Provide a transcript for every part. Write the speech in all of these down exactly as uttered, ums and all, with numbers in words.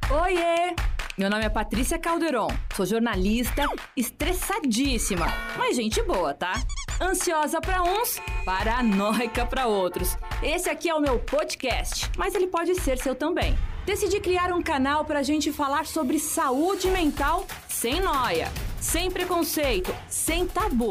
Oiê! Meu nome é Patrícia Calderon, sou jornalista, estressadíssima, mas gente boa, tá? Ansiosa pra uns, paranoica pra outros. Esse aqui é o meu podcast, mas ele pode ser seu também. Decidi criar um canal pra gente falar sobre saúde mental sem noia, sem preconceito, sem tabu.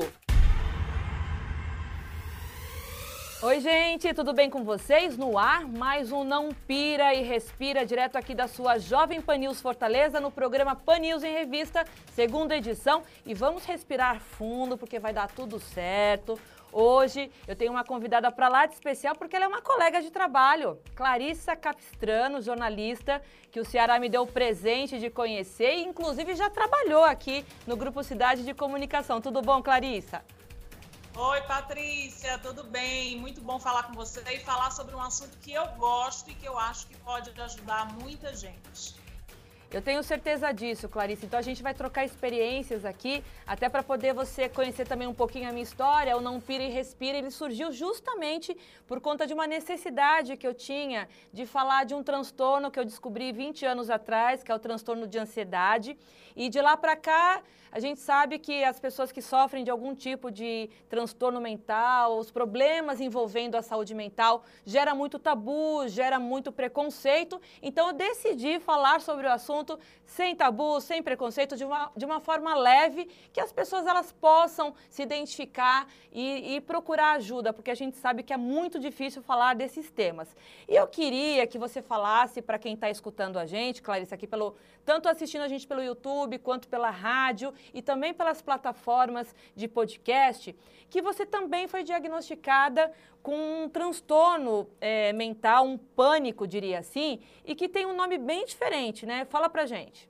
Oi, gente, tudo bem com vocês? No ar, mais um Não Pira e Respira, direto aqui da sua Jovem Pan News Fortaleza, no programa Pan News em Revista, segunda edição. E vamos respirar fundo, porque vai dar tudo certo. Hoje eu tenho uma convidada para lá de especial, porque ela é uma colega de trabalho, Clarissa Capistrano, jornalista, que o Ceará me deu o presente de conhecer e, inclusive, já trabalhou aqui no Grupo Cidade de Comunicação. Tudo bom, Clarissa? Oi, Patrícia, tudo bem? Muito bom falar com você e falar sobre um assunto que eu gosto e que eu acho que pode ajudar muita gente. Eu tenho certeza disso, Clarissa. Então a gente vai trocar experiências aqui, até para poder você conhecer também um pouquinho a minha história. O Não Pira e Respira, ele surgiu justamente por conta de uma necessidade que eu tinha de falar de um transtorno que eu descobri vinte anos atrás, que é o transtorno de ansiedade. E de lá para cá, a gente sabe que as pessoas que sofrem de algum tipo de transtorno mental, os problemas envolvendo a saúde mental, gera muito tabu, gera muito preconceito. Então eu decidi falar sobre o assunto sem tabu, sem preconceito, de uma, de uma forma leve, que as pessoas elas possam se identificar e, e procurar ajuda, porque a gente sabe que é muito difícil falar desses temas. E eu queria que você falasse para quem está escutando a gente, Clarissa, aqui pelo, tanto assistindo a gente pelo YouTube, quanto pela rádio e também pelas plataformas de podcast, que você também foi diagnosticada com um transtorno é, mental, um pânico, diria assim, e que tem um nome bem diferente, né? Fala pra gente.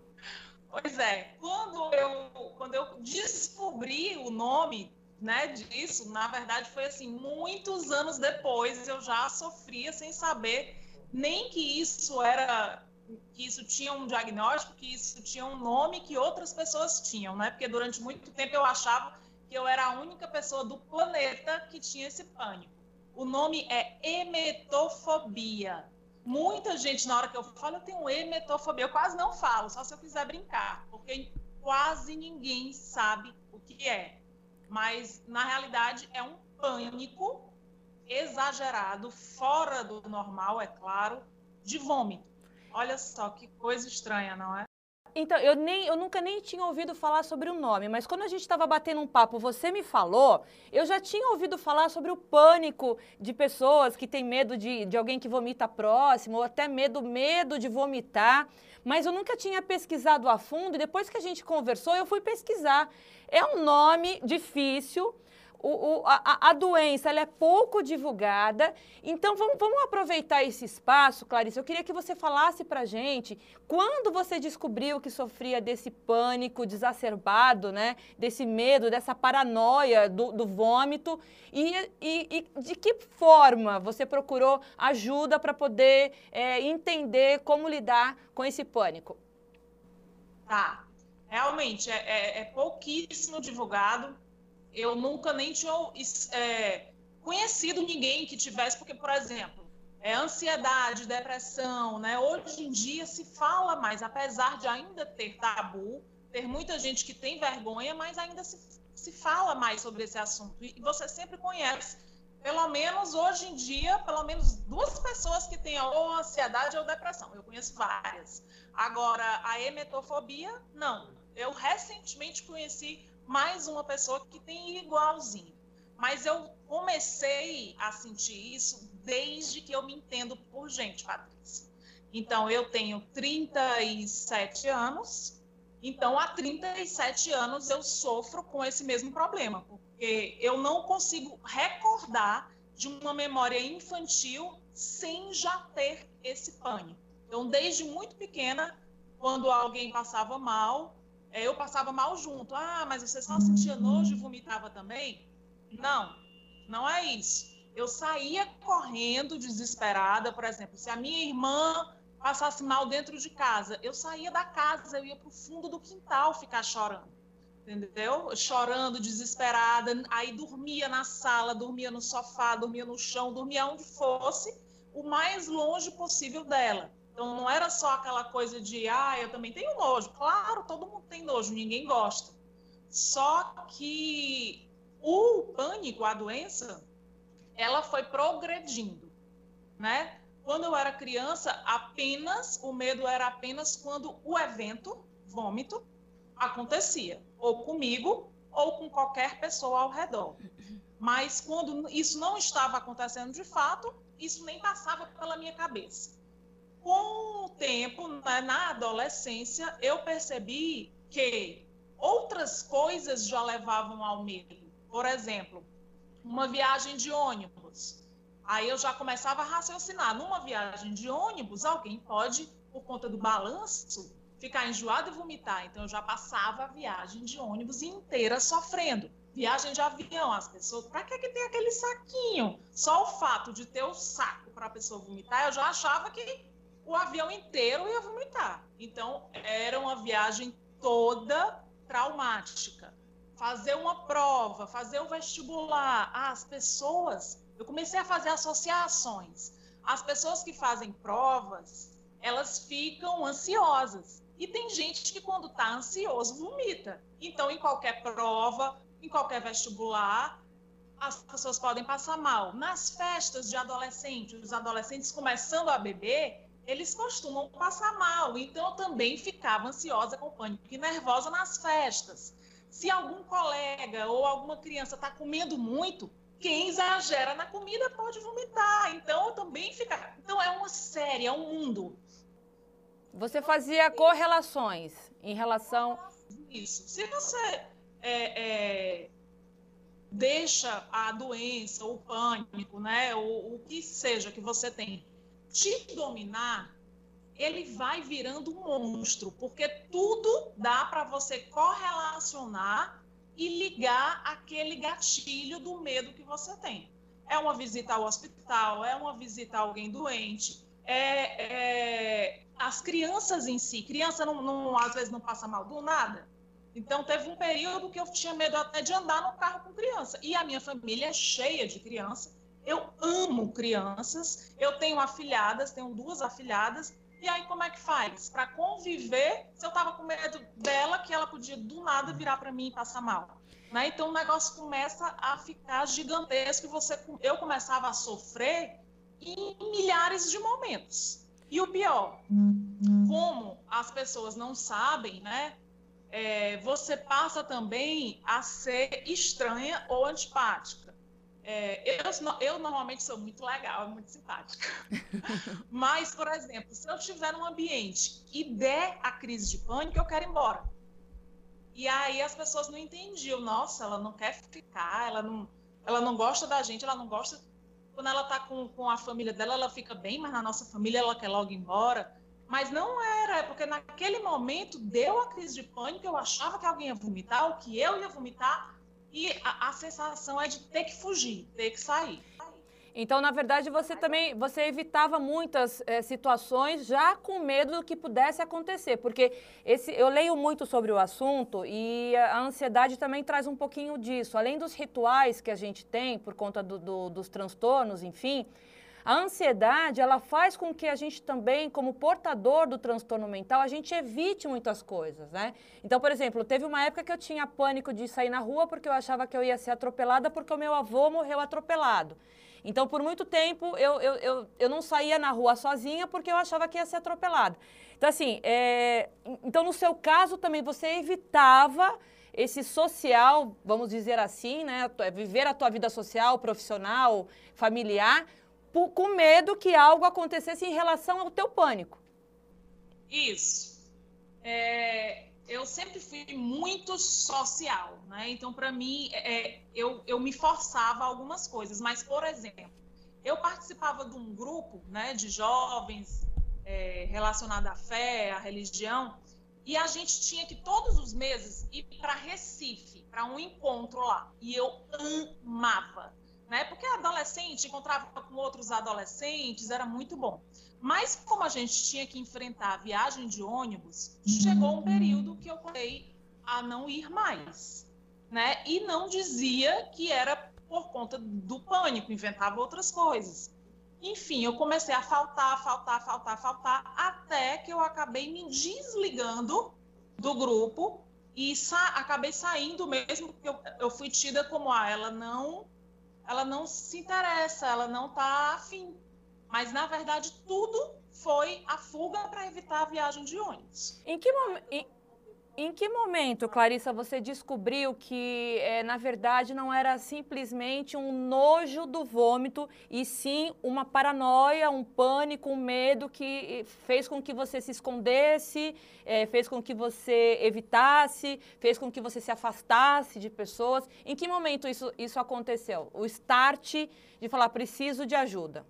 Pois é, quando eu, quando eu descobri o nome, né, disso, na verdade foi assim, muitos anos depois eu já sofria sem saber nem que isso era, que isso tinha um diagnóstico, que isso tinha um nome que outras pessoas tinham, né? Porque durante muito tempo eu achava que eu era a única pessoa do planeta que tinha esse pânico. O nome é emetofobia. Muita gente, na hora que eu falo, eu tenho emetofobia. Eu quase não falo, só se eu quiser brincar, porque quase ninguém sabe o que é. Mas, na realidade, é um pânico exagerado, fora do normal, é claro, de vômito. Olha só que coisa estranha, não é? Então, eu, nem, eu nunca nem tinha ouvido falar sobre o nome, mas quando a gente estava batendo um papo, você me falou, eu já tinha ouvido falar sobre o pânico de pessoas que têm medo de, de alguém que vomita próximo, ou até medo, medo de vomitar, mas eu nunca tinha pesquisado a fundo, e depois que a gente conversou, eu fui pesquisar. É um nome difícil. O, o, a, a doença ela é pouco divulgada, então vamos, vamos aproveitar esse espaço, Clarissa. Eu queria que você falasse pra gente quando você descobriu que sofria desse pânico desacerbado, né? Desse medo, dessa paranoia do, do vômito e, e, e de que forma você procurou ajuda para poder é, entender como lidar com esse pânico. Tá, realmente é, é, é pouquíssimo divulgado. Eu nunca nem tinha é, conhecido ninguém que tivesse, porque, por exemplo, é ansiedade, depressão, né? Hoje em dia se fala mais, apesar de ainda ter tabu, ter muita gente que tem vergonha, mas ainda se, se fala mais sobre esse assunto. E você sempre conhece, pelo menos hoje em dia, pelo menos duas pessoas que têm ou ansiedade ou depressão. Eu conheço várias. Agora, a emetofobia, não. Eu recentemente conheci mais uma pessoa que tem igualzinho. Mas eu comecei a sentir isso desde que eu me entendo por gente, Patrícia. Então, eu tenho trinta e sete anos, então há trinta e sete anos eu sofro com esse mesmo problema, porque eu não consigo recordar de uma memória infantil sem já ter esse pânico. Então, desde muito pequena, quando alguém passava mal, eu passava mal junto. Ah, mas você só sentia nojo e vomitava também? Não, não é isso. Eu saía correndo, desesperada, por exemplo, se a minha irmã passasse mal dentro de casa, eu saía da casa, eu ia para o fundo do quintal ficar chorando, entendeu? Chorando, desesperada, aí dormia na sala, dormia no sofá, dormia no chão, dormia onde fosse, o mais longe possível dela. Então, não era só aquela coisa de, ah, eu também tenho nojo. Claro, todo mundo tem nojo, ninguém gosta. Só que o pânico, a doença, ela foi progredindo, né? Quando eu era criança, apenas, o medo era apenas quando o evento, vômito, acontecia. Ou comigo, ou com qualquer pessoa ao redor. Mas quando isso não estava acontecendo de fato, isso nem passava pela minha cabeça. Com o tempo, né, na adolescência, eu percebi que outras coisas já levavam ao medo. Por exemplo, uma viagem de ônibus. Aí eu já começava a raciocinar. Numa viagem de ônibus, alguém pode, por conta do balanço, ficar enjoado e vomitar. Então, eu já passava a viagem de ônibus inteira sofrendo. Viagem de avião, as pessoas, para que que tem aquele saquinho? Só o fato de ter o saco para a pessoa vomitar, eu já achava que o avião inteiro ia vomitar. Então, era uma viagem toda traumática. Fazer uma prova, fazer o vestibular, ah, as pessoas... Eu comecei a fazer associações. As pessoas que fazem provas, elas ficam ansiosas. E tem gente que, quando está ansioso, vomita. Então, em qualquer prova, em qualquer vestibular, as pessoas podem passar mal. Nas festas de adolescentes, os adolescentes começando a beber, eles costumam passar mal. Então, eu também ficava ansiosa, com pânico e nervosa nas festas. Se algum colega ou alguma criança está comendo muito, quem exagera na comida pode vomitar. Então, eu também ficava... Então, é uma série, é um mundo. Você fazia correlações em relação... Isso. Se você é, é, deixa a doença, o pânico, né, o, o que seja que você tem, te dominar, ele vai virando um monstro, porque tudo dá para você correlacionar e ligar aquele gatilho do medo que você tem. É uma visita ao hospital, é uma visita a alguém doente, é, é, as crianças em si. Criança, não, não, às vezes, não passa mal do nada. Então, teve um período que eu tinha medo até de andar no carro com criança. E a minha família é cheia de criança. Eu amo crianças, eu tenho afilhadas, tenho duas afilhadas. E aí, como é que faz? Para conviver, se eu estava com medo dela, que ela podia do nada virar para mim e passar mal. Né? Então, o negócio começa a ficar gigantesco e você, eu começava a sofrer em milhares de momentos. E o pior, como as pessoas não sabem, né? É, você passa também a ser estranha ou antipática. É, eu, eu normalmente sou muito legal, muito simpática. Mas, por exemplo, se eu estiver num ambiente e der a crise de pânico, eu quero ir embora. E aí as pessoas não entendiam. Nossa, ela não quer ficar, ela não, ela não gosta da gente, ela não gosta... Quando ela está com, com a família dela, ela fica bem, mas na nossa família ela quer logo ir embora. Mas não era, é porque naquele momento deu a crise de pânico, eu achava que alguém ia vomitar, ou que eu ia vomitar, e a, a sensação é de ter que fugir, ter que sair. Então, na verdade, você também você evitava muitas é, situações já com medo do que pudesse acontecer, porque esse, eu leio muito sobre o assunto e a ansiedade também traz um pouquinho disso. Além dos rituais que a gente tem por conta do, do, dos transtornos, enfim, a ansiedade, ela faz com que a gente também, como portador do transtorno mental, a gente evite muitas coisas, né? Então, por exemplo, teve uma época que eu tinha pânico de sair na rua porque eu achava que eu ia ser atropelada porque o meu avô morreu atropelado. Então, por muito tempo, eu, eu, eu, eu não saía na rua sozinha porque eu achava que ia ser atropelada. Então, assim, é... então, no seu caso também, você evitava esse social, vamos dizer assim, né? Viver a tua vida social, profissional, familiar, com medo que algo acontecesse em relação ao teu pânico. Isso. É, eu sempre fui muito social, né? Então, para mim, é, eu, eu me forçava a algumas coisas. Mas, por exemplo, eu participava de um grupo, né, de jovens é, relacionado à fé, à religião, e a gente tinha que, todos os meses, ir para Recife, para um encontro lá. E eu amava. Né? Porque adolescente, encontrava com outros adolescentes, era muito bom. Mas como a gente tinha que enfrentar a viagem de ônibus, chegou um período que eu comecei a não ir mais. Né? E não dizia que era por conta do pânico, inventava outras coisas. Enfim, eu comecei a faltar, faltar, faltar, faltar, até que eu acabei me desligando do grupo e sa acabei saindo mesmo, porque eu, eu fui tida como, ah, ela não, ela não se interessa, ela não está afim. Mas, na verdade, tudo foi a fuga para evitar a viagem de ônibus. Em que momento... Em que momento, Clarissa, você descobriu que, é, na verdade, não era simplesmente um nojo do vômito, e sim uma paranoia, um pânico, um medo que fez com que você se escondesse, é, fez com que você evitasse, fez com que você se afastasse de pessoas? Em que momento isso, isso aconteceu? O start de falar, preciso de ajuda.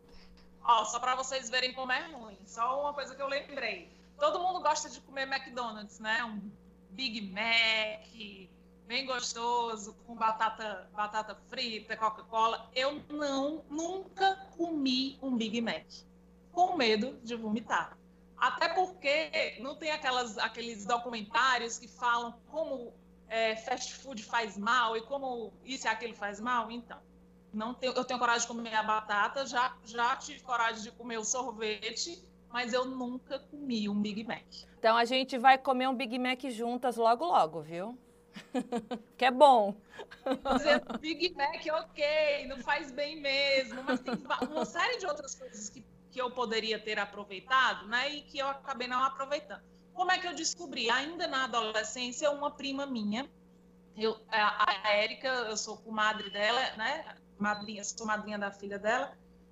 Ó, só para vocês verem como é ruim, só uma coisa que eu lembrei. Todo mundo gosta de comer McDonald's, né? Um Big Mac, bem gostoso, com batata, batata frita, Coca-Cola. Eu não, nunca comi um Big Mac, com medo de vomitar. Até porque não tem aquelas, aqueles documentários que falam como é, fast food faz mal e como isso e aquilo faz mal. Então, não tenho, eu tenho coragem de comer a batata, já, já tive coragem de comer o sorvete, mas eu nunca comi um Big Mac. Então a gente vai comer um Big Mac juntas logo, logo, viu? Que é bom. Dizer, Big Mac, ok, não faz bem mesmo, mas tem uma série de outras coisas que, que eu poderia ter aproveitado, né, e que eu acabei não aproveitando. Como é que eu descobri? Ainda na adolescência, uma prima minha, eu, a Érica, eu sou comadre dela, né, madrinha, sou madrinha da filha dela,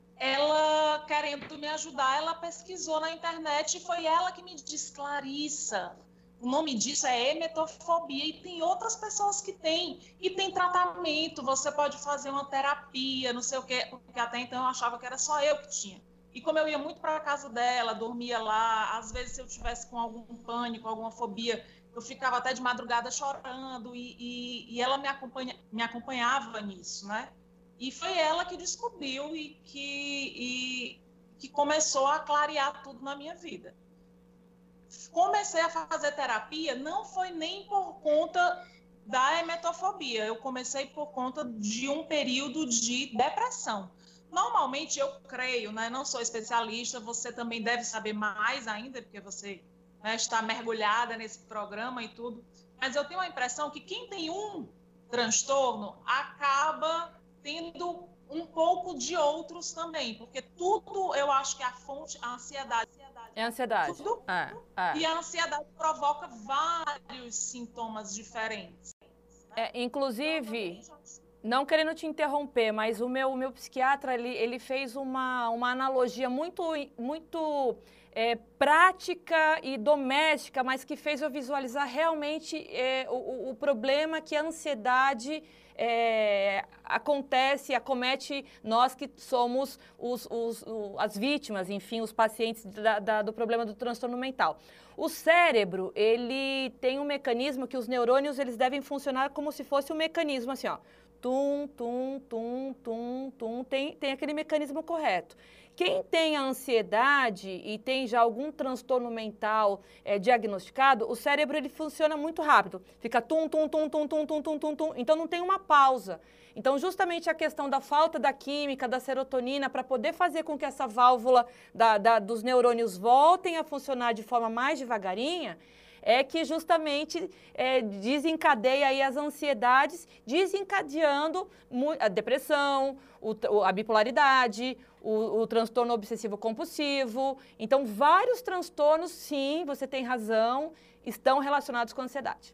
ela, querendo me ajudar, ela pesquisou na internet e foi ela que me disse, Clarissa, o nome disso é emetofobia e tem outras pessoas que têm, e tem tratamento, você pode fazer uma terapia, não sei o quê, porque até então eu achava que era só eu que tinha. E como eu ia muito para a casa dela, dormia lá, às vezes se eu tivesse com algum pânico, alguma fobia, eu ficava até de madrugada chorando e, e, e ela me, acompanha, me acompanhava nisso, né? E foi ela que descobriu e que, e, que começou a clarear tudo na minha vida. Comecei a fazer terapia, não foi nem por conta da emetofobia, eu comecei por conta de um período de depressão. Normalmente eu creio, né, não sou especialista, você também deve saber mais ainda, porque você, né, está mergulhada nesse programa e tudo, mas eu tenho a impressão que quem tem um transtorno acaba tendo um pouco de outros também, porque tudo, eu acho que a fonte, a ansiedade. É ansiedade. Tudo, é, é. E a ansiedade provoca vários sintomas diferentes. Né? É, inclusive, não querendo te interromper, mas o meu, o meu psiquiatra, ele, ele fez uma, uma analogia muito, muito é, prática e doméstica, mas que fez eu visualizar realmente é, o, o problema que a ansiedade É, acontece, acomete nós que somos os, os, os, as vítimas, enfim, os pacientes da, da, do problema do transtorno mental. O cérebro, ele tem um mecanismo que os neurônios, eles devem funcionar como se fosse um mecanismo assim, ó, tum, tum, tum, tum, tum, tem, tem aquele mecanismo correto. Quem tem a ansiedade e tem já algum transtorno mental é, diagnosticado, o cérebro ele funciona muito rápido. Fica tum, tum, tum, tum, tum, tum, tum, tum, tum. Então não tem uma pausa. Então justamente a questão da falta da química, da serotonina, para poder fazer com que essa válvula da, da, dos neurônios voltem a funcionar de forma mais devagarinha, é que justamente é, desencadeia aí as ansiedades, desencadeando a depressão, o, a bipolaridade, o, o transtorno obsessivo-compulsivo. Então, vários transtornos, sim, você tem razão, estão relacionados com a ansiedade.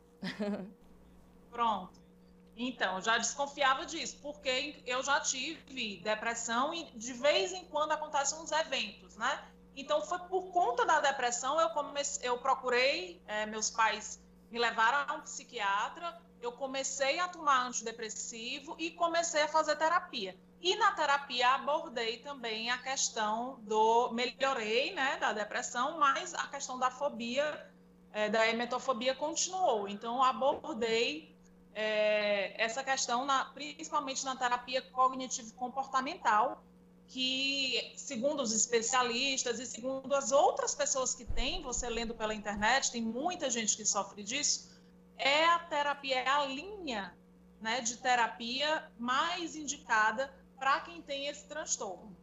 Pronto. Então, eu já desconfiava disso, porque eu já tive depressão e de vez em quando acontecem uns eventos, né? Então, foi por conta da depressão, eu, comecei, eu procurei, é, meus pais me levaram a um psiquiatra, eu comecei a tomar antidepressivo e comecei a fazer terapia. E na terapia abordei também a questão do... Melhorei, né, da depressão, mas a questão da fobia, é, da emetofobia continuou. Então, abordei é, essa questão, na, principalmente na terapia cognitivo-comportamental, que, segundo os especialistas e segundo as outras pessoas que têm, você lendo pela internet, tem muita gente que sofre disso, é a terapia, é a linha, né, de terapia mais indicada para quem tem esse transtorno.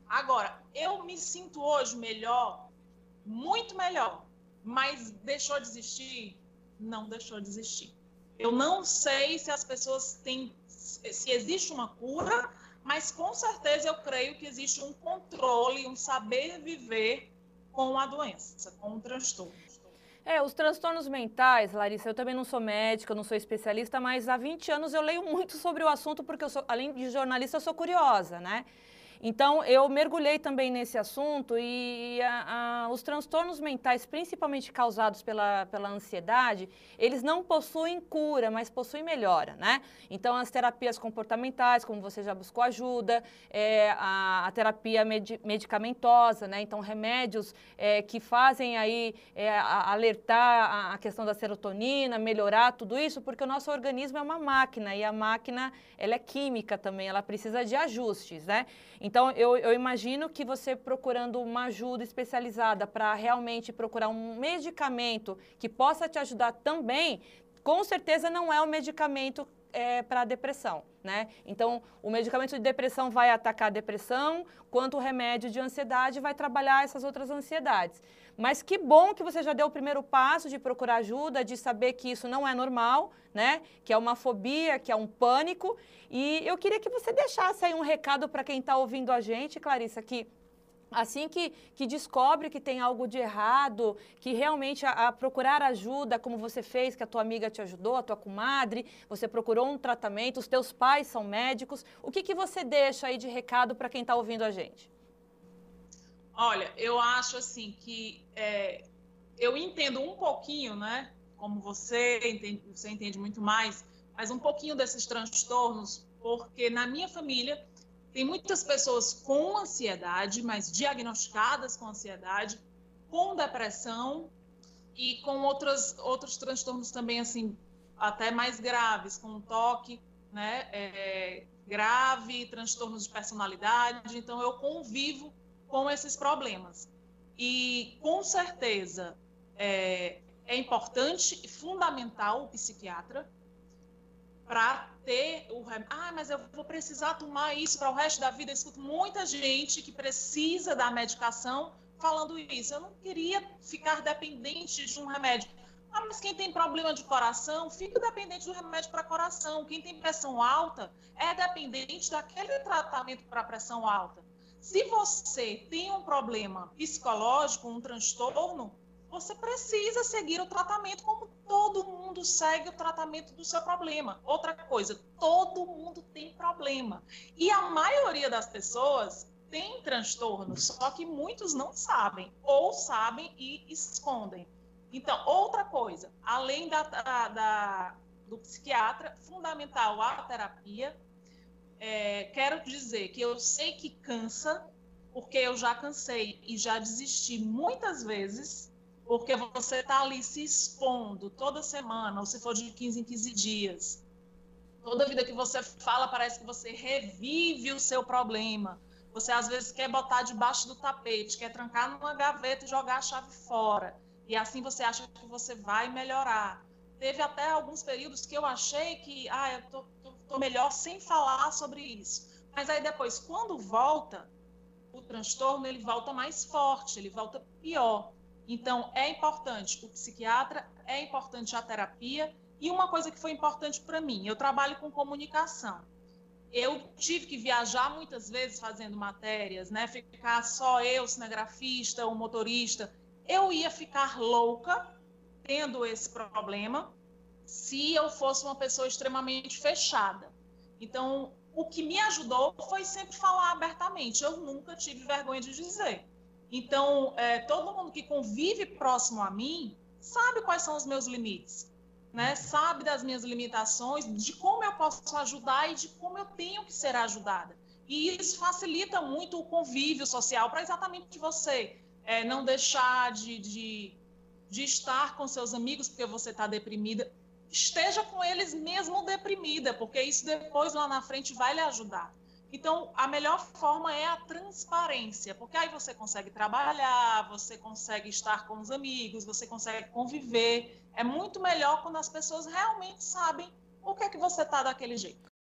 Agora, eu me sinto hoje melhor, muito melhor, mas deixou de existir? Não deixou de existir. Eu não sei se as pessoas têm, se existe uma cura, mas com certeza eu creio que existe um controle, um saber viver com a doença, com o transtorno. É, os transtornos mentais, Larissa, eu também não sou médica, eu não sou especialista, mas há vinte anos eu leio muito sobre o assunto, porque eu sou, além de jornalista, eu sou curiosa, né? Então, eu mergulhei também nesse assunto e a, a, os transtornos mentais, principalmente causados pela, pela ansiedade, eles não possuem cura, mas possuem melhora, né? Então, as terapias comportamentais, como você já buscou ajuda, é, a, a terapia med, medicamentosa, né? Então, remédios é, que fazem aí é, a, alertar a, a questão da serotonina, melhorar tudo isso, porque o nosso organismo é uma máquina e a máquina, ela é química também, ela precisa de ajustes, né? Então, eu, eu imagino que você procurando uma ajuda especializada para realmente procurar um medicamento que possa te ajudar também, com certeza não é o medicamento é, para a depressão, né? Então, o medicamento de depressão vai atacar a depressão, quanto o remédio de ansiedade vai trabalhar essas outras ansiedades. Mas que bom que você já deu o primeiro passo de procurar ajuda, de saber que isso não é normal, né? Que é uma fobia, que é um pânico. E eu queria que você deixasse aí um recado para quem está ouvindo a gente, Clarissa, que assim que, que descobre que tem algo de errado, que realmente a, a procurar ajuda, como você fez, que a tua amiga te ajudou, a tua comadre, você procurou um tratamento, os teus pais são médicos, o que, que você deixa aí de recado para quem está ouvindo a gente? Olha, eu acho assim que é, eu entendo um pouquinho, né? Como você entende, você entende muito mais, mas um pouquinho desses transtornos, porque na minha família tem muitas pessoas com ansiedade, mas diagnosticadas com ansiedade, com depressão e com outros, outros transtornos também, assim, até mais graves, com toque, né? É, grave, transtornos de personalidade. Então, eu convivo com esses problemas. E, com certeza, é, é importante e fundamental o psiquiatra para ter o remédio. Ah, mas eu vou precisar tomar isso para o resto da vida. Eu escuto muita gente que precisa da medicação falando isso. Eu não queria ficar dependente de um remédio. Ah, mas quem tem problema de coração, fica dependente do remédio para coração. Quem tem pressão alta é dependente daquele tratamento para pressão alta. Se você tem um problema psicológico, um transtorno, você precisa seguir o tratamento como todo mundo segue o tratamento do seu problema. Outra coisa, todo mundo tem problema. E a maioria das pessoas tem transtorno, só que muitos não sabem, ou sabem e escondem. Então, outra coisa, além da, da, da, do psiquiatra, fundamental a terapia. É, quero dizer que eu sei que cansa, porque eu já cansei e já desisti muitas vezes, porque você está ali se expondo toda semana, ou se for de quinze em quinze dias. Toda vida que você fala, parece que você revive o seu problema. Você, às vezes, quer botar debaixo do tapete, quer trancar numa gaveta e jogar a chave fora. E assim você acha que você vai melhorar. Teve até alguns períodos que eu achei que ah, eu tô, tô, tô melhor sem falar sobre isso. Mas aí depois, quando volta, o transtorno ele volta mais forte, ele volta pior. Então, é importante o psiquiatra, é importante a terapia. E uma coisa que foi importante para mim, eu trabalho com comunicação. Eu tive que viajar muitas vezes fazendo matérias, né? Ficar só eu, cinegrafista, o motorista. Eu ia ficar louca tendo esse problema se eu fosse uma pessoa extremamente fechada. Então, o que me ajudou foi sempre falar abertamente. Eu nunca tive vergonha de dizer. Então, é, todo mundo que convive próximo a mim sabe quais são os meus limites, né? Sabe das minhas limitações, de como eu posso ajudar e de como eu tenho que ser ajudada. E isso facilita muito o convívio social para exatamente você é, não deixar de... de de estar com seus amigos porque você está deprimida, esteja com eles mesmo deprimida, porque isso depois lá na frente vai lhe ajudar. Então, a melhor forma é a transparência, porque aí você consegue trabalhar, você consegue estar com os amigos, você consegue conviver. É muito melhor quando as pessoas realmente sabem o que é que você está daquele jeito.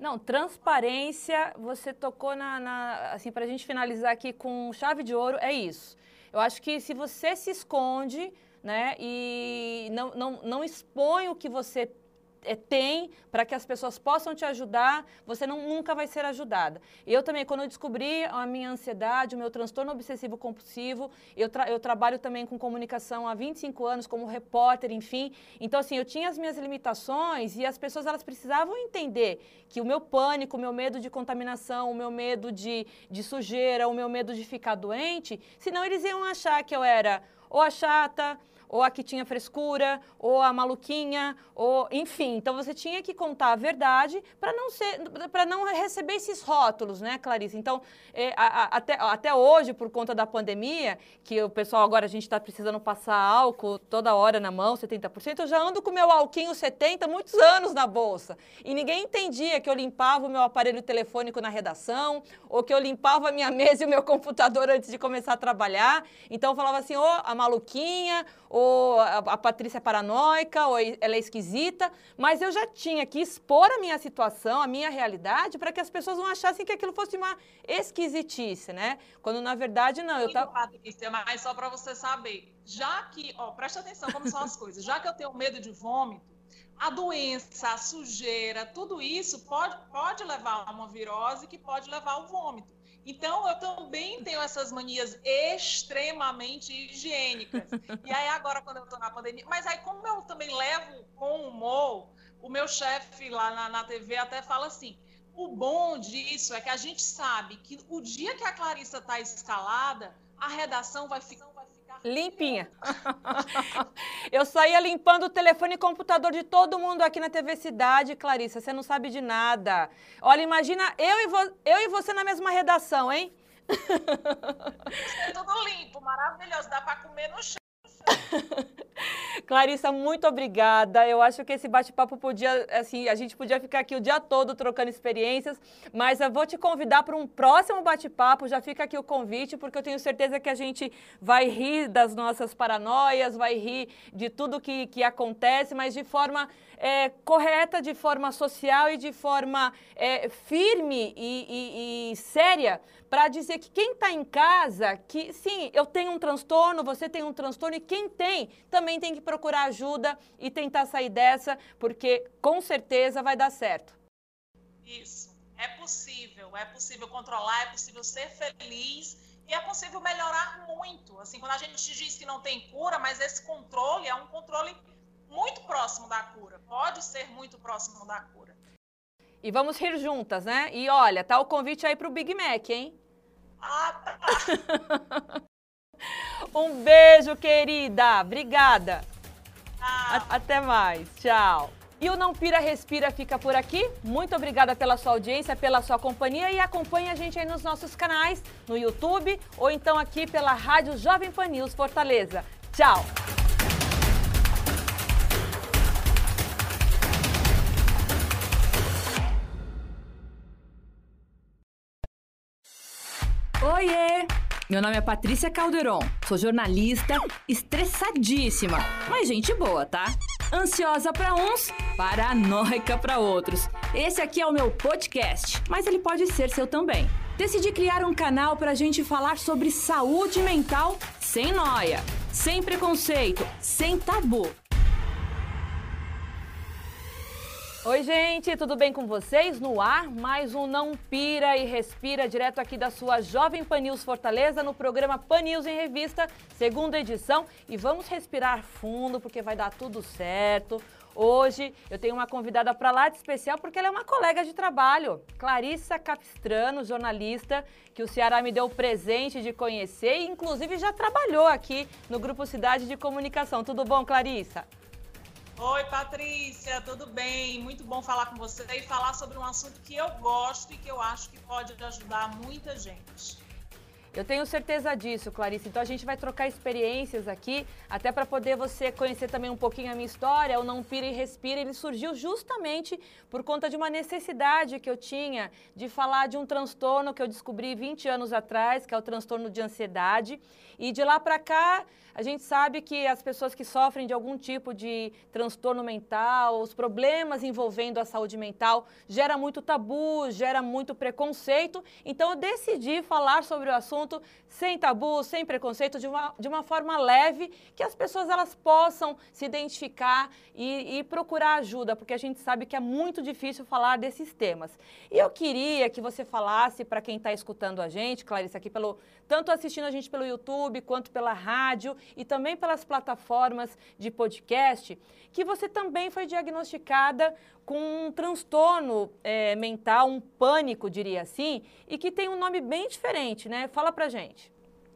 Não, transparência, você tocou na, na assim, para a gente finalizar aqui com chave de ouro, é isso. Eu acho que se você se esconde, né, e não, não, não expõe o que você é, tem para que as pessoas possam te ajudar, você não, nunca vai ser ajudada. Eu também, quando eu descobri a minha ansiedade, o meu transtorno obsessivo compulsivo, eu, tra eu trabalho também com comunicação há vinte e cinco anos como repórter, enfim. Então, assim, eu tinha as minhas limitações e as pessoas, elas precisavam entender que o meu pânico, o meu medo de contaminação, o meu medo de, de sujeira, o meu medo de ficar doente, senão eles iam achar que eu era ou a chata, ou a que tinha frescura, ou a maluquinha, ou enfim. Então você tinha que contar a verdade para não ser, para não receber esses rótulos, né, Clarice? Então, é, a, a, até, até hoje, por conta da pandemia, que o pessoal agora a gente está precisando passar álcool toda hora na mão, setenta por cento, eu já ando com o meu alquinho setenta muitos anos na bolsa. E ninguém entendia que eu limpava o meu aparelho telefônico na redação, ou que eu limpava a minha mesa e o meu computador antes de começar a trabalhar. Então eu falava assim, ô, a maluquinha, ou a, a Patrícia é paranoica, ou ela é esquisita, mas eu já tinha que expor a minha situação, a minha realidade, para que as pessoas não achassem que aquilo fosse uma esquisitice, né? Quando na verdade não. Eu tava... Patrícia, mas só para você saber, já que, ó, presta atenção como são as coisas, já que eu tenho medo de vômito, a doença, a sujeira, tudo isso pode, pode levar a uma virose que pode levar ao vômito. Então, eu também tenho essas manias extremamente higiênicas. E aí, agora, quando eu estou na pandemia... Mas aí, como eu também levo com humor, o meu chefe lá na, na T V até fala assim, o bom disso é que a gente sabe que o dia que a Clarissa está escalada, a redação vai ficar... limpinha. Eu saía limpando o telefone e computador de todo mundo aqui na T V Cidade, Clarissa, você não sabe de nada. Olha, imagina eu e, vo eu e você na mesma redação, hein? Tudo limpo, maravilhoso, dá para comer no chão. Clarissa, muito obrigada. Eu acho que esse bate-papo podia, assim, a gente podia ficar aqui o dia todo trocando experiências, mas eu vou te convidar para um próximo bate-papo, já fica aqui o convite, porque eu tenho certeza que a gente vai rir das nossas paranoias, vai rir de tudo que, que acontece, mas de forma é, correta, de forma social e de forma é, firme e, e, e séria, para dizer que quem está em casa, que sim, eu tenho um transtorno, você tem um transtorno, e quem tem também tem que procurar ajuda e tentar sair dessa, porque com certeza vai dar certo. Isso, é possível, é possível controlar, é possível ser feliz e é possível melhorar muito. Assim, quando a gente diz que não tem cura, mas esse controle é um controle muito próximo da cura, pode ser muito próximo da cura. E vamos rir juntas, né? E olha, tá o convite aí pro Big Mac, hein? Ah, tá. Um beijo, querida. Obrigada. Ah. Até mais. Tchau. E o Não Pira Respira fica por aqui. Muito obrigada pela sua audiência, pela sua companhia e acompanhe a gente aí nos nossos canais, no YouTube ou então aqui pela Rádio Jovem Pan News Fortaleza. Tchau. Oiê! Meu nome é Patrícia Calderon, sou jornalista, estressadíssima, mas gente boa, tá? Ansiosa pra uns, paranoica pra outros. Esse aqui é o meu podcast, mas ele pode ser seu também. Decidi criar um canal pra gente falar sobre saúde mental sem nóia, sem preconceito, sem tabu. Oi, gente, tudo bem com vocês? No ar, mais um Não Pira e Respira, direto aqui da sua Jovem Pan News Fortaleza, no programa Pan News em Revista, segunda edição. E vamos respirar fundo, porque vai dar tudo certo. Hoje eu tenho uma convidada para lá de especial, porque ela é uma colega de trabalho, Clarissa Capistrano, jornalista, que o Ceará me deu o presente de conhecer e, inclusive, já trabalhou aqui no Grupo Cidade de Comunicação. Tudo bom, Clarissa? Oi, Patrícia, tudo bem? Muito bom falar com você e falar sobre um assunto que eu gosto e que eu acho que pode ajudar muita gente. Eu tenho certeza disso, Clarice. Então a gente vai trocar experiências aqui, até para poder você conhecer também um pouquinho a minha história. O Não Pira e Respira, ele surgiu justamente por conta de uma necessidade que eu tinha de falar de um transtorno que eu descobri vinte anos atrás, que é o transtorno de ansiedade. E de lá para cá, a gente sabe que as pessoas que sofrem de algum tipo de transtorno mental, os problemas envolvendo a saúde mental, gera muito tabu, gera muito preconceito. Então eu decidi falar sobre o assunto sem tabu, sem preconceito, de uma, de uma forma leve, que as pessoas elas possam se identificar e, e procurar ajuda, porque a gente sabe que é muito difícil falar desses temas. E eu queria que você falasse para quem está escutando a gente, Clarice, aqui pelo, tanto assistindo a gente pelo YouTube, quanto pela rádio e também pelas plataformas de podcast, que você também foi diagnosticada com um transtorno é, mental, um pânico, diria assim, e que tem um nome bem diferente, né? Fala pra gente.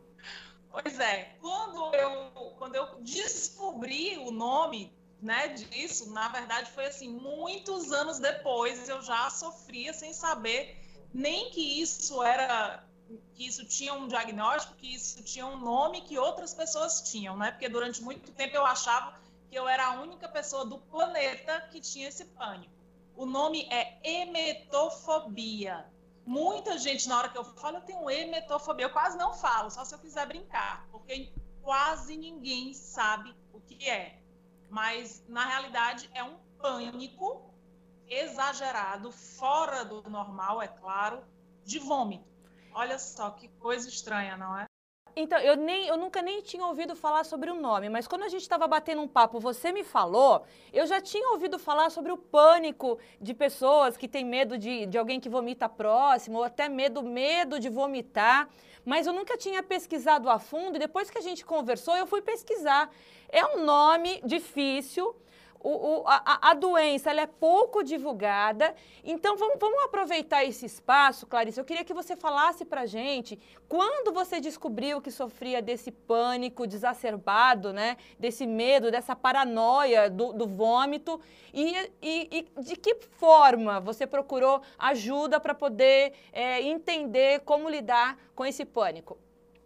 Pois é, quando eu, quando eu descobri o nome, né, disso, na verdade foi assim, muitos anos depois eu já sofria sem saber nem que isso era, que isso tinha um diagnóstico, que isso tinha um nome que outras pessoas tinham, né? Porque durante muito tempo eu achava que eu era a única pessoa do planeta que tinha esse pânico. O nome é emetofobia. Muita gente, na hora que eu falo, eu tenho emetofobia. Eu quase não falo, só se eu quiser brincar, porque quase ninguém sabe o que é. Mas, na realidade, é um pânico exagerado, fora do normal, é claro, de vômito. Olha só que coisa estranha, não é? Então, eu, nem, eu nunca nem tinha ouvido falar sobre o nome, mas quando a gente estava batendo um papo, você me falou, eu já tinha ouvido falar sobre o pânico de pessoas que têm medo de, de alguém que vomita próximo, ou até medo, medo de vomitar, mas eu nunca tinha pesquisado a fundo, e depois que a gente conversou, eu fui pesquisar. É um nome difícil. O, o, a, a doença ela é pouco divulgada, então vamos, vamos aproveitar esse espaço, Clarice. Eu queria que você falasse pra gente quando você descobriu que sofria desse pânico desacerbado, né? Desse medo, dessa paranoia do, do vômito e, e, e de que forma você procurou ajuda para poder é, entender como lidar com esse pânico.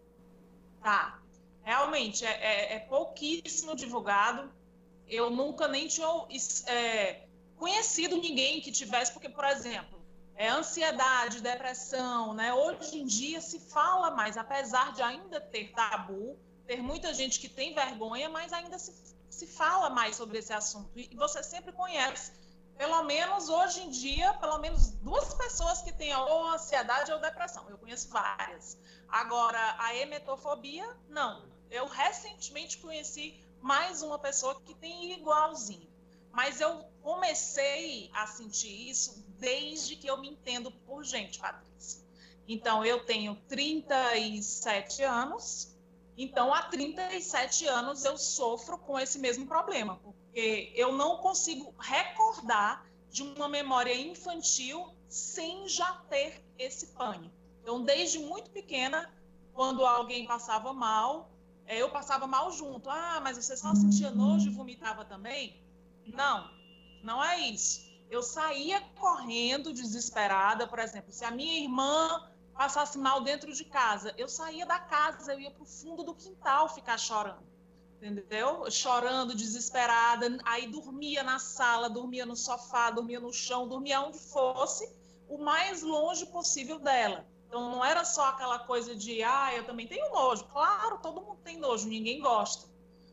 Tá, realmente é, é, é pouquíssimo divulgado. Eu nunca nem tinha é, conhecido ninguém que tivesse, porque, por exemplo, é ansiedade, depressão, né? Hoje em dia se fala mais, apesar de ainda ter tabu, ter muita gente que tem vergonha, mas ainda se, se fala mais sobre esse assunto. E você sempre conhece, pelo menos hoje em dia, pelo menos duas pessoas que têm ou ansiedade ou depressão. Eu conheço várias. Agora, a emetofobia, não. Eu recentemente conheci mais uma pessoa que tem igualzinho. Mas eu comecei a sentir isso desde que eu me entendo por gente, Patrícia. Então, eu tenho trinta e sete anos, então há trinta e sete anos eu sofro com esse mesmo problema, porque eu não consigo recordar de uma memória infantil sem já ter esse pânico. Então, desde muito pequena, quando alguém passava mal, eu passava mal junto. Ah, mas você só sentia nojo e vomitava também? Não, não é isso. Eu saía correndo desesperada, por exemplo, se a minha irmã passasse mal dentro de casa, eu saía da casa, eu ia para o fundo do quintal ficar chorando, entendeu? Chorando, desesperada, aí dormia na sala, dormia no sofá, dormia no chão, dormia onde fosse, o mais longe possível dela. Então, não era só aquela coisa de, ah, eu também tenho nojo. Claro, todo mundo tem nojo, ninguém gosta.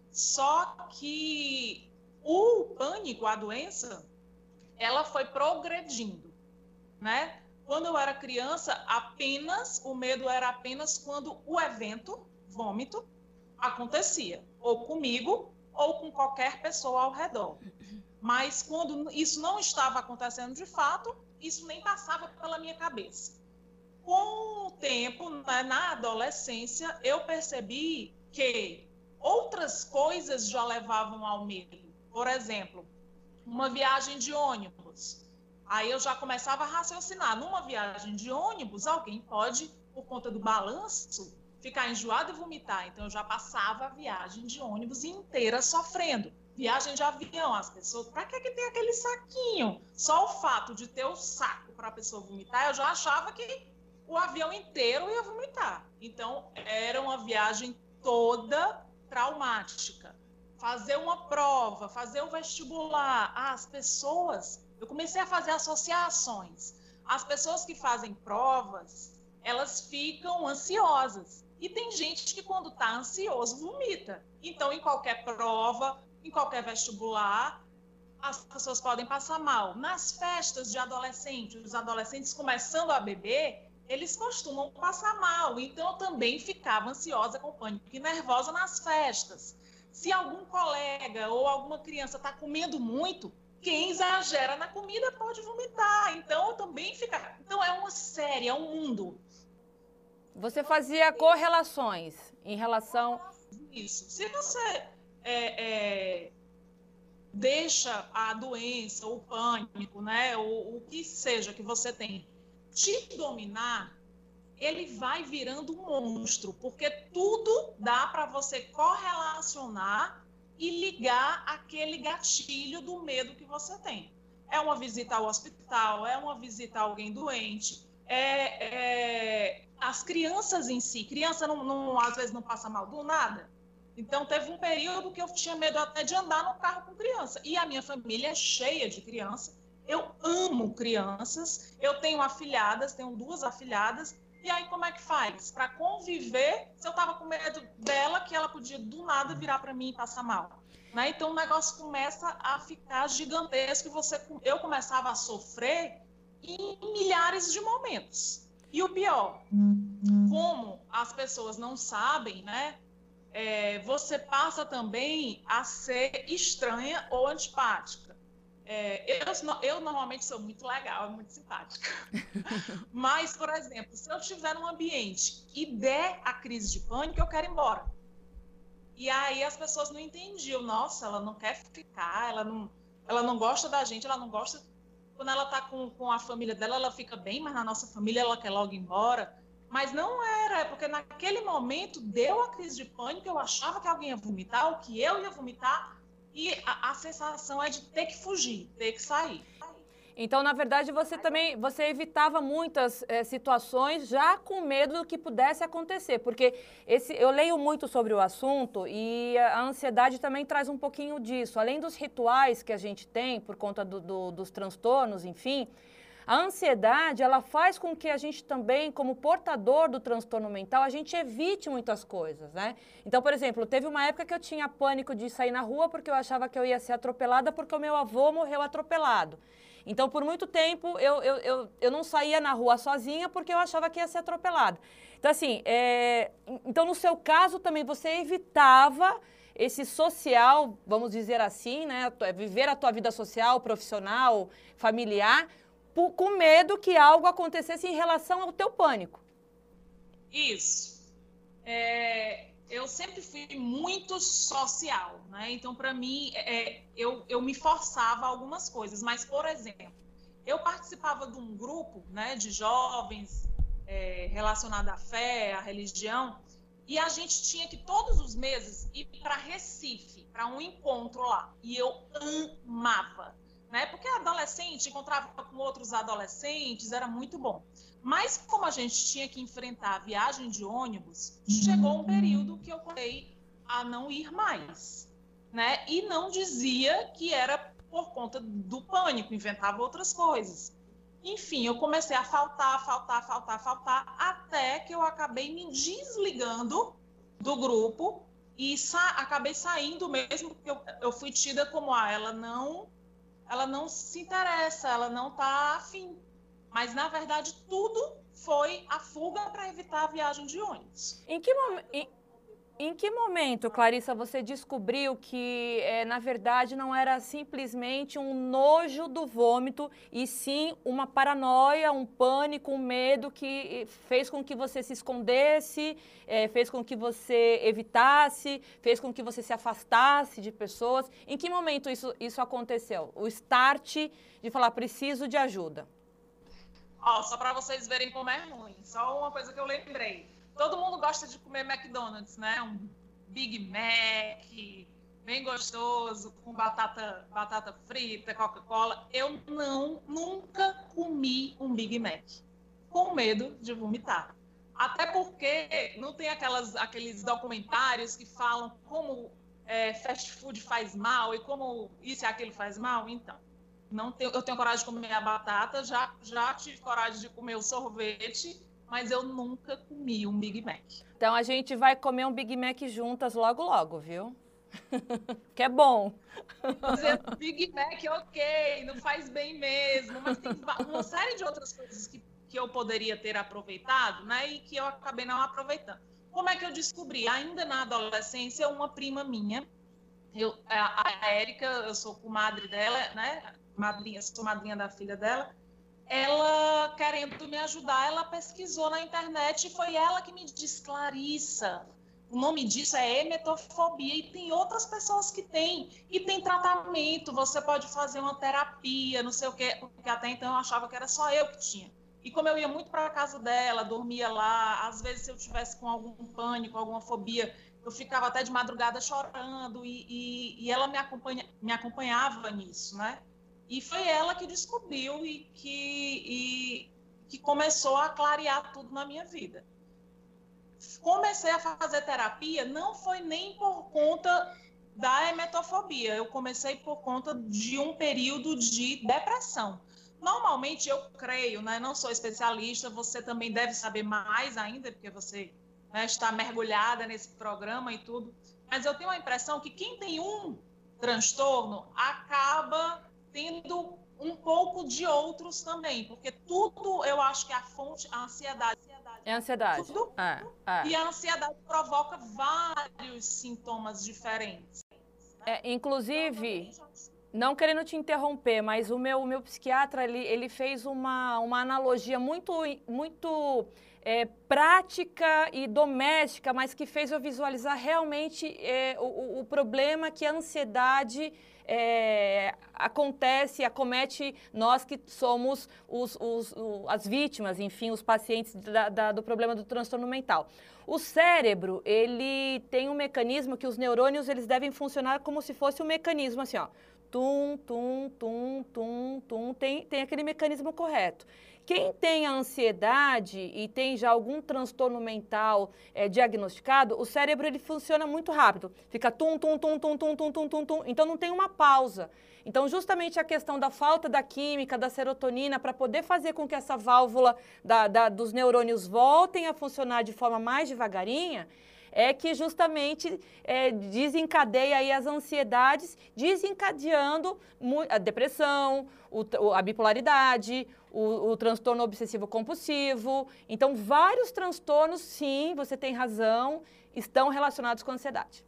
Só que o pânico, a doença, ela foi progredindo, né? Quando eu era criança, apenas, o medo era apenas quando o evento, vômito, acontecia. Ou comigo, ou com qualquer pessoa ao redor. Mas quando isso não estava acontecendo de fato, isso nem passava pela minha cabeça. Com o tempo, né, na adolescência, eu percebi que outras coisas já levavam ao medo. Por exemplo, uma viagem de ônibus. Aí eu já começava a raciocinar. Numa viagem de ônibus, alguém pode, por conta do balanço, ficar enjoado e vomitar. Então, eu já passava a viagem de ônibus inteira sofrendo. Viagem de avião, as pessoas, para que que tem aquele saquinho? Só o fato de ter o saco para a pessoa vomitar, eu já achava que o avião inteiro ia vomitar. Então, era uma viagem toda traumática. Fazer uma prova, fazer o vestibular. Ah, as pessoas... Eu comecei a fazer associações. As pessoas que fazem provas, elas ficam ansiosas. E tem gente que, quando está ansioso, vomita. Então, em qualquer prova, em qualquer vestibular, as pessoas podem passar mal. Nas festas de adolescentes, os adolescentes começando a beber, eles costumam passar mal. Então, eu também ficava ansiosa, com pânico e nervosa nas festas. Se algum colega ou alguma criança está comendo muito, quem exagera na comida pode vomitar. Então, eu também ficava... Então, é uma série, é um mundo. Você fazia correlações em relação... Isso. Se você é, é, deixa a doença, o pânico, né, o, o que seja que você tem, te dominar, ele vai virando um monstro, porque tudo dá para você correlacionar e ligar aquele gatilho do medo que você tem. É uma visita ao hospital, é uma visita a alguém doente, é, é, as crianças em si. Criança, não, não, às vezes, não passa mal do nada. Então, teve um período que eu tinha medo até de andar no carro com criança. E a minha família é cheia de criança. Eu amo crianças. Eu tenho afilhadas, tenho duas afilhadas. E aí, como é que faz? Para conviver, se eu estava com medo dela, que ela podia, do nada, virar para mim e passar mal. Né? Então, o negócio começa a ficar gigantesco. E você, eu começava a sofrer em milhares de momentos. E o pior, como as pessoas não sabem, né? É, você passa também a ser estranha ou antipática. É, eu, eu normalmente sou muito legal, muito simpática. Mas, por exemplo, se eu estiver num ambiente e der a crise de pânico, eu quero ir embora. E aí as pessoas não entendiam. Nossa, ela não quer ficar, ela não, ela não gosta da gente, ela não gosta... Quando ela está com, com a família dela, ela fica bem, mas na nossa família ela quer logo ir embora. Mas não era, porque naquele momento deu a crise de pânico, eu achava que alguém ia vomitar, ou que eu ia vomitar, e a, a sensação é de ter que fugir, ter que sair. Então, na verdade, você também você evitava muitas é, situações já com medo do que pudesse acontecer, porque esse, eu leio muito sobre o assunto e a ansiedade também traz um pouquinho disso. Além dos rituais que a gente tem por conta do, do, dos transtornos, enfim, a ansiedade, ela faz com que a gente também, como portador do transtorno mental, a gente evite muitas coisas, né? Então, por exemplo, teve uma época que eu tinha pânico de sair na rua porque eu achava que eu ia ser atropelada porque o meu avô morreu atropelado. Então, por muito tempo, eu, eu, eu, eu não saía na rua sozinha porque eu achava que ia ser atropelada. Então, assim, é... então, no seu caso também, você evitava esse social, vamos dizer assim, né? Viver a tua vida social, profissional, familiar, com medo que algo acontecesse em relação ao teu pânico. Isso. É, eu sempre fui muito social, né? Então, para mim, é, eu, eu me forçava a algumas coisas. Mas, por exemplo, eu participava de um grupo, né, de jovens é, relacionado à fé, à religião, e a gente tinha que, todos os meses, ir para Recife, para um encontro lá. E eu amava. Né? Porque adolescente, encontrava com outros adolescentes, era muito bom. Mas como a gente tinha que enfrentar a viagem de ônibus, chegou um período que eu comecei a não ir mais. Né? E não dizia que era por conta do pânico, inventava outras coisas. Enfim, eu comecei a faltar, faltar, faltar, faltar, até que eu acabei me desligando do grupo e sa- acabei saindo mesmo, porque eu, eu fui tida como, ah, ela não... ela não se interessa, ela não está afim. Mas, na verdade, tudo foi a fuga para evitar a viagem de ônibus. Em que, mom em, em que momento, Clarissa, você descobriu que, é, na verdade, não era simplesmente um nojo do vômito, e sim uma paranoia, um pânico, um medo que fez com que você se escondesse, é, fez com que você evitasse, fez com que você se afastasse de pessoas? Em que momento isso, isso aconteceu? O start de falar, preciso de ajuda. Ó, só para vocês verem como é ruim, só uma coisa que eu lembrei. Todo mundo gosta de comer McDonald's, né? Um Big Mac, bem gostoso, com batata, batata frita, Coca-Cola. Eu não, nunca comi um Big Mac, com medo de vomitar. Até porque não tem aquelas, aqueles documentários que falam como é, fast food faz mal e como isso e aquilo faz mal. Então, não tenho, eu tenho coragem de comer a batata, já, já tive coragem de comer o sorvete, mas eu nunca comi um Big Mac. Então a gente vai comer um Big Mac juntas logo, logo, viu? Que é bom. Dizer, Big Mac, ok, não faz bem mesmo, mas tem uma série de outras coisas que, que eu poderia ter aproveitado, né, e que eu acabei não aproveitando. Como é que eu descobri? Ainda na adolescência, uma prima minha, eu, a, a Érica, eu sou comadre dela, né, madrinha, sou madrinha da filha dela, ela, querendo me ajudar, ela pesquisou na internet e foi ela que me disse, Clarissa, o nome disso é emetofobia e tem outras pessoas que têm. E tem tratamento, você pode fazer uma terapia, não sei o quê, porque até então eu achava que era só eu que tinha. E como eu ia muito para a casa dela, dormia lá, às vezes se eu tivesse com algum pânico, alguma fobia, eu ficava até de madrugada chorando e, e, e ela me, acompanha, me acompanhava nisso, né? E foi ela que descobriu e que, e, que começou a clarear tudo na minha vida. Comecei a fazer terapia, não foi nem por conta da emetofobia, eu comecei por conta de um período de depressão. Normalmente, eu creio, né, não sou especialista, você também deve saber mais ainda, porque você, né, está mergulhada nesse programa e tudo, mas eu tenho a impressão que quem tem um transtorno acaba tendo um pouco de outros também, porque tudo, eu acho que a fonte, a ansiedade, é ansiedade. Tudo, é, é. E a ansiedade provoca vários sintomas diferentes. Né? É, inclusive, não querendo te interromper, mas o meu, o meu psiquiatra, ele, ele fez uma, uma analogia muito, muito é, prática e doméstica, mas que fez eu visualizar realmente é, o, o problema que a ansiedade É, acontece, acomete nós que somos os, os, os, as vítimas, enfim, os pacientes da, da, do problema do transtorno mental. O cérebro, ele tem um mecanismo que os neurônios, eles devem funcionar como se fosse um mecanismo assim, ó, tum, tum, tum, tum, tum, tem, tem aquele mecanismo correto. Quem tem a ansiedade e tem já algum transtorno mental é, diagnosticado, o cérebro ele funciona muito rápido. Fica tum, tum, tum, tum, tum, tum, tum, tum, tum. Então não tem uma pausa. Então justamente a questão da falta da química, da serotonina, para poder fazer com que essa válvula da, da, dos neurônios voltem a funcionar de forma mais devagarinha, é que justamente é, desencadeia aí as ansiedades, desencadeando a depressão, o, a bipolaridade, o, o transtorno obsessivo-compulsivo. Então, vários transtornos, sim, você tem razão, estão relacionados com a ansiedade.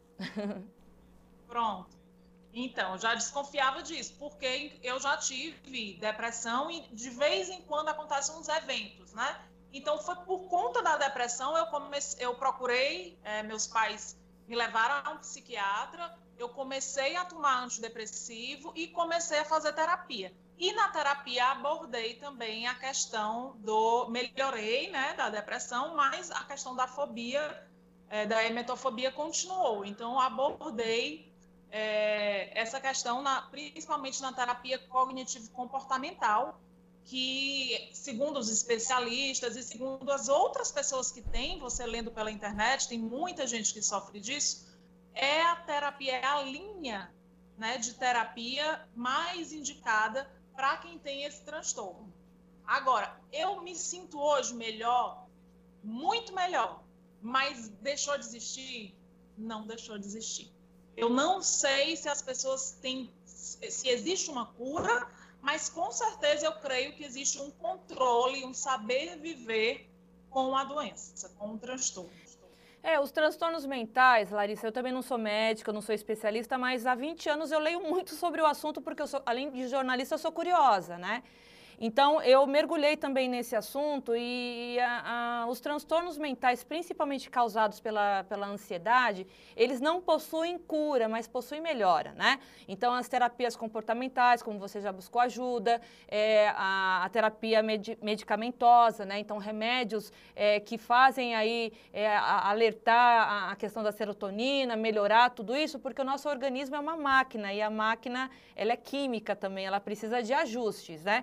Pronto. Então, já desconfiava disso, porque eu já tive depressão e de vez em quando acontecem uns eventos, né? Então, foi por conta da depressão, eu, comecei, eu procurei, é, meus pais me levaram a um psiquiatra, eu comecei a tomar antidepressivo e comecei a fazer terapia. E na terapia abordei também a questão do... Melhorei, né, da depressão, mas a questão da fobia, é, da emetofobia continuou. Então, abordei é, essa questão, na, principalmente na terapia cognitivo-comportamental, que, segundo os especialistas e segundo as outras pessoas que têm, você lendo pela internet, tem muita gente que sofre disso, é a terapia, é a linha, né, de terapia mais indicada para quem tem esse transtorno. Agora, eu me sinto hoje melhor, muito melhor, mas deixou de existir? Não deixou de existir. Eu não sei se as pessoas têm, se existe uma cura, mas com certeza eu creio que existe um controle, um saber viver com a doença, com o transtorno. É, os transtornos mentais, Larissa, eu também não sou médica, não sou especialista, mas há vinte anos eu leio muito sobre o assunto, porque eu sou, além de jornalista, eu sou curiosa, né? Então, eu mergulhei também nesse assunto e a, a, os transtornos mentais, principalmente causados pela, pela ansiedade, eles não possuem cura, mas possuem melhora, né? Então, as terapias comportamentais, como você já buscou ajuda, é, a, a terapia med, medicamentosa, né? Então, remédios é, que fazem aí é, a, alertar a, a questão da serotonina, melhorar tudo isso, porque o nosso organismo é uma máquina e a máquina, ela é química também, ela precisa de ajustes, né? Então,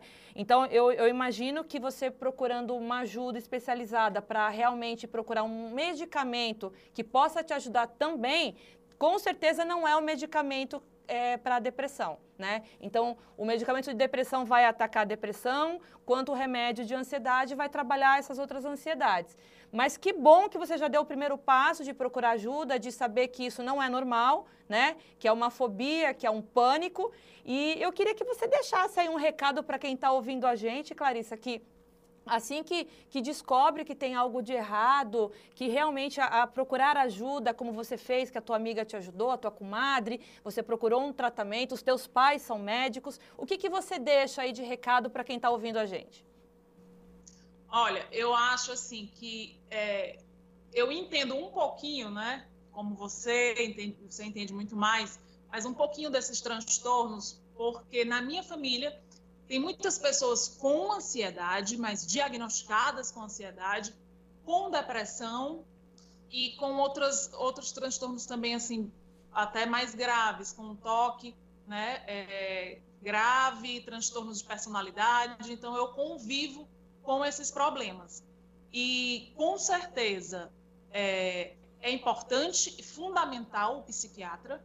Então, eu, eu imagino que você procurando uma ajuda especializada para realmente procurar um medicamento que possa te ajudar também, com certeza não é o medicamento é, para a depressão, né? Então, o medicamento de depressão vai atacar a depressão, quanto o remédio de ansiedade vai trabalhar essas outras ansiedades. Mas que bom que você já deu o primeiro passo de procurar ajuda, de saber que isso não é normal, né? Que é uma fobia, que é um pânico. E eu queria que você deixasse aí um recado para quem está ouvindo a gente, Clarissa, que assim que, que descobre que tem algo de errado, que realmente a, a procurar ajuda, como você fez, que a tua amiga te ajudou, a tua comadre, você procurou um tratamento, os teus pais são médicos, o que, que você deixa aí de recado para quem está ouvindo a gente? Olha, eu acho assim que é, eu entendo um pouquinho, né? Como você entende, você entende muito mais, mas um pouquinho desses transtornos, porque na minha família tem muitas pessoas com ansiedade, mas diagnosticadas com ansiedade, com depressão e com outras, outros transtornos também, assim, até mais graves, com toque, né, é, grave, transtornos de personalidade. Então, eu convivo com esses problemas. E, com certeza, é, é importante e fundamental o psiquiatra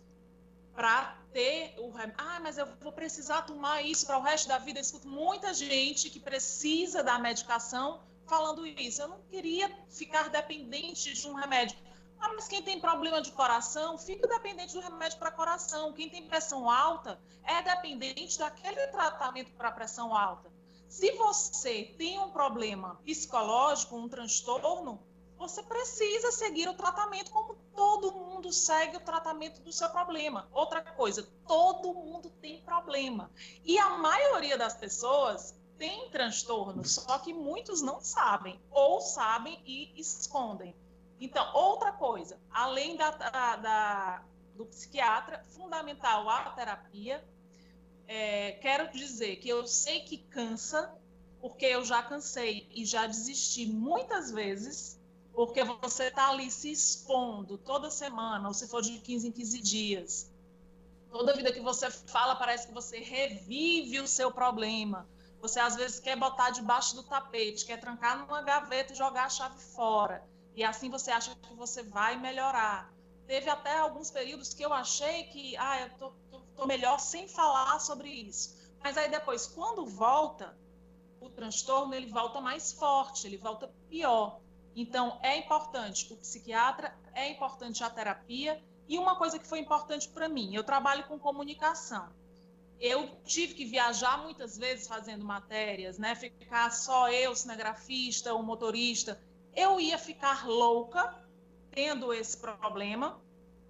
para ter o remédio. Ah, mas eu vou precisar tomar isso para o resto da vida. Eu escuto muita gente que precisa da medicação falando isso. Eu não queria ficar dependente de um remédio. Ah, mas quem tem problema de coração, fica dependente do remédio para coração. Quem tem pressão alta é dependente daquele tratamento para pressão alta. Se você tem um problema psicológico, um transtorno, você precisa seguir o tratamento como todo mundo segue o tratamento do seu problema. Outra coisa, todo mundo tem problema. E a maioria das pessoas tem transtornos, só que muitos não sabem, ou sabem e escondem. Então, outra coisa, além da, da, da, do psiquiatra, fundamental a terapia. É, quero dizer que eu sei que cansa, porque eu já cansei e já desisti muitas vezes, porque você está ali se expondo toda semana, ou se for de quinze em quinze dias. Toda vida que você fala, parece que você revive o seu problema. Você, às vezes, quer botar debaixo do tapete, quer trancar numa gaveta e jogar a chave fora. E assim você acha que você vai melhorar. Teve até alguns períodos que eu achei que ah, eu tô, tô, tô melhor sem falar sobre isso. Mas aí depois, quando volta, o transtorno ele volta mais forte, ele volta pior. Então, é importante o psiquiatra, é importante a terapia. E uma coisa que foi importante para mim, eu trabalho com comunicação. Eu tive que viajar muitas vezes fazendo matérias, né? Ficar só eu, cinegrafista, ou motorista. Eu ia ficar louca tendo esse problema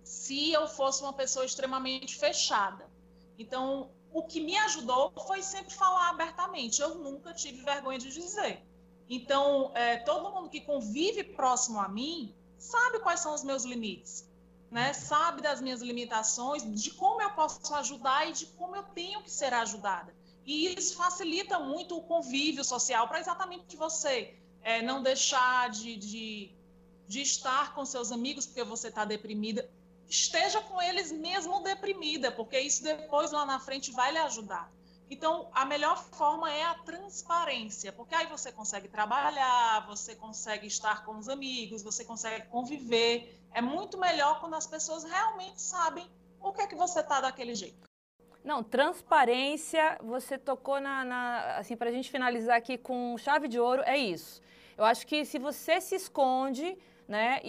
se eu fosse uma pessoa extremamente fechada. Então, o que me ajudou foi sempre falar abertamente. Eu nunca tive vergonha de dizer. Então, é, todo mundo que convive próximo a mim sabe quais são os meus limites, né? Sabe das minhas limitações, de como eu posso ajudar e de como eu tenho que ser ajudada. E isso facilita muito o convívio social para exatamente você é, não deixar de, de, de estar com seus amigos porque você está deprimida. Esteja com eles mesmo deprimida, porque isso depois lá na frente vai lhe ajudar. Então, a melhor forma é a transparência, porque aí você consegue trabalhar, você consegue estar com os amigos, você consegue conviver. É muito melhor quando as pessoas realmente sabem por que é que você está daquele jeito. Não, transparência, você tocou na, na assim, para a gente finalizar aqui com chave de ouro, é isso. Eu acho que se você se esconde, né,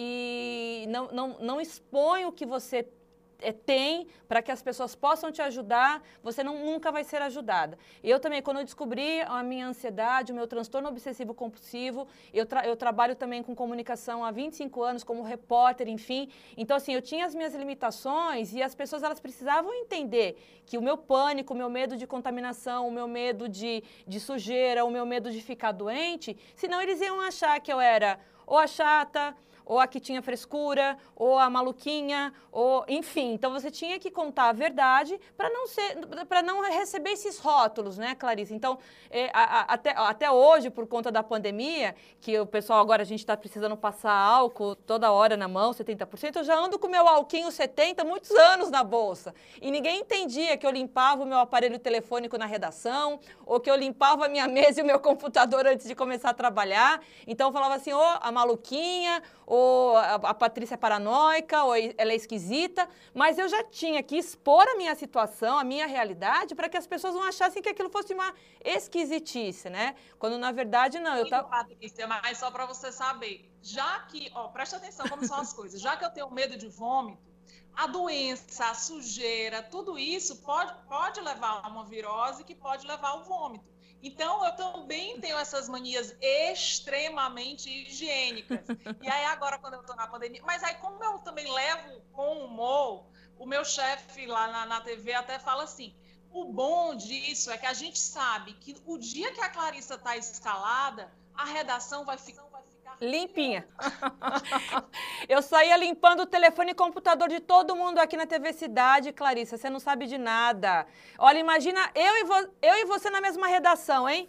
e não, não, não expõe o que você é, tem para que as pessoas possam te ajudar, você não, nunca vai ser ajudada. Eu também, quando eu descobri a minha ansiedade, o meu transtorno obsessivo compulsivo, eu, tra eu trabalho também com comunicação há vinte e cinco anos, como repórter, enfim. Então, assim, eu tinha as minhas limitações e as pessoas, elas precisavam entender que o meu pânico, o meu medo de contaminação, o meu medo de, de sujeira, o meu medo de ficar doente, senão eles iam achar que eu era ou a chata, ou a que tinha frescura, ou a maluquinha, ou enfim. Então você tinha que contar a verdade para não ser, para não receber esses rótulos, né, Clarice? Então, é, a, a, até, até hoje, por conta da pandemia, que o pessoal agora a gente está precisando passar álcool toda hora na mão, setenta por cento, eu já ando com o meu alquinho setenta muitos anos na bolsa. E ninguém entendia que eu limpava o meu aparelho telefônico na redação, ou que eu limpava a minha mesa e o meu computador antes de começar a trabalhar. Então eu falava assim, ô, oh, a maluquinha, ou a, a Patrícia é paranoica, ou ela é esquisita, mas eu já tinha que expor a minha situação, a minha realidade, para que as pessoas não achassem que aquilo fosse uma esquisitice, né? Quando na verdade não, eu tava... Patrícia, mas só para você saber, já que, ó, presta atenção como são as coisas, já que eu tenho medo de vômito, a doença, a sujeira, tudo isso pode, pode levar a uma virose que pode levar ao vômito. Então, eu também tenho essas manias extremamente higiênicas. E aí, agora, quando eu estou na pandemia... Mas aí, como eu também levo com humor, o meu chefe lá na, na T V até fala assim, o bom disso é que a gente sabe que o dia que a Clarissa está escalada, a redação vai ficar... limpinha. Eu saía limpando o telefone e computador de todo mundo aqui na T V Cidade, Clarissa, você não sabe de nada. Olha, imagina eu e, vo eu e você na mesma redação, hein?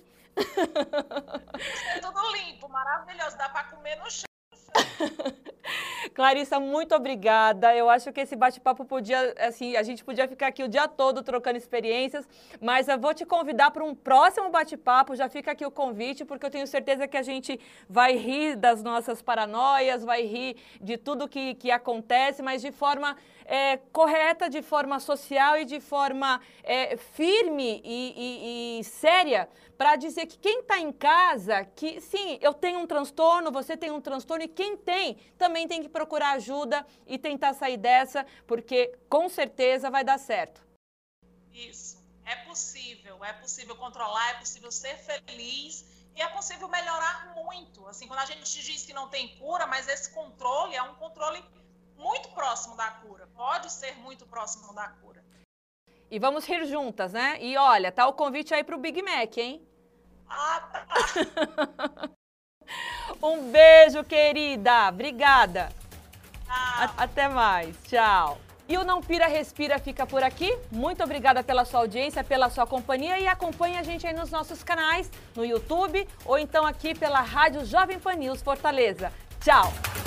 É tudo limpo, maravilhoso, dá para comer no chão. Clarissa, muito obrigada. Eu acho que esse bate-papo podia, assim, a gente podia ficar aqui o dia todo trocando experiências, mas eu vou te convidar para um próximo bate-papo, já fica aqui o convite, porque eu tenho certeza que a gente vai rir das nossas paranoias, vai rir de tudo que, que acontece, mas de forma é, correta, de forma social e de forma é, firme e, e, e séria, para dizer que quem está em casa, que sim, eu tenho um transtorno, você tem um transtorno, e quem tem também tem que procurar ajuda e tentar sair dessa, porque com certeza vai dar certo. Isso, é possível, é possível controlar, é possível ser feliz e é possível melhorar muito. Assim, quando a gente diz que não tem cura, mas esse controle é um controle muito próximo da cura, pode ser muito próximo da cura. E vamos rir juntas, né? E olha, tá o convite aí pro Big Mac, hein? Ah, tá. Um beijo, querida. Obrigada. Ah. Até mais. Tchau. E o Não Pira Respira fica por aqui. Muito obrigada pela sua audiência, pela sua companhia, e acompanhe a gente aí nos nossos canais, no YouTube ou então aqui pela Rádio Jovem Pan News Fortaleza. Tchau.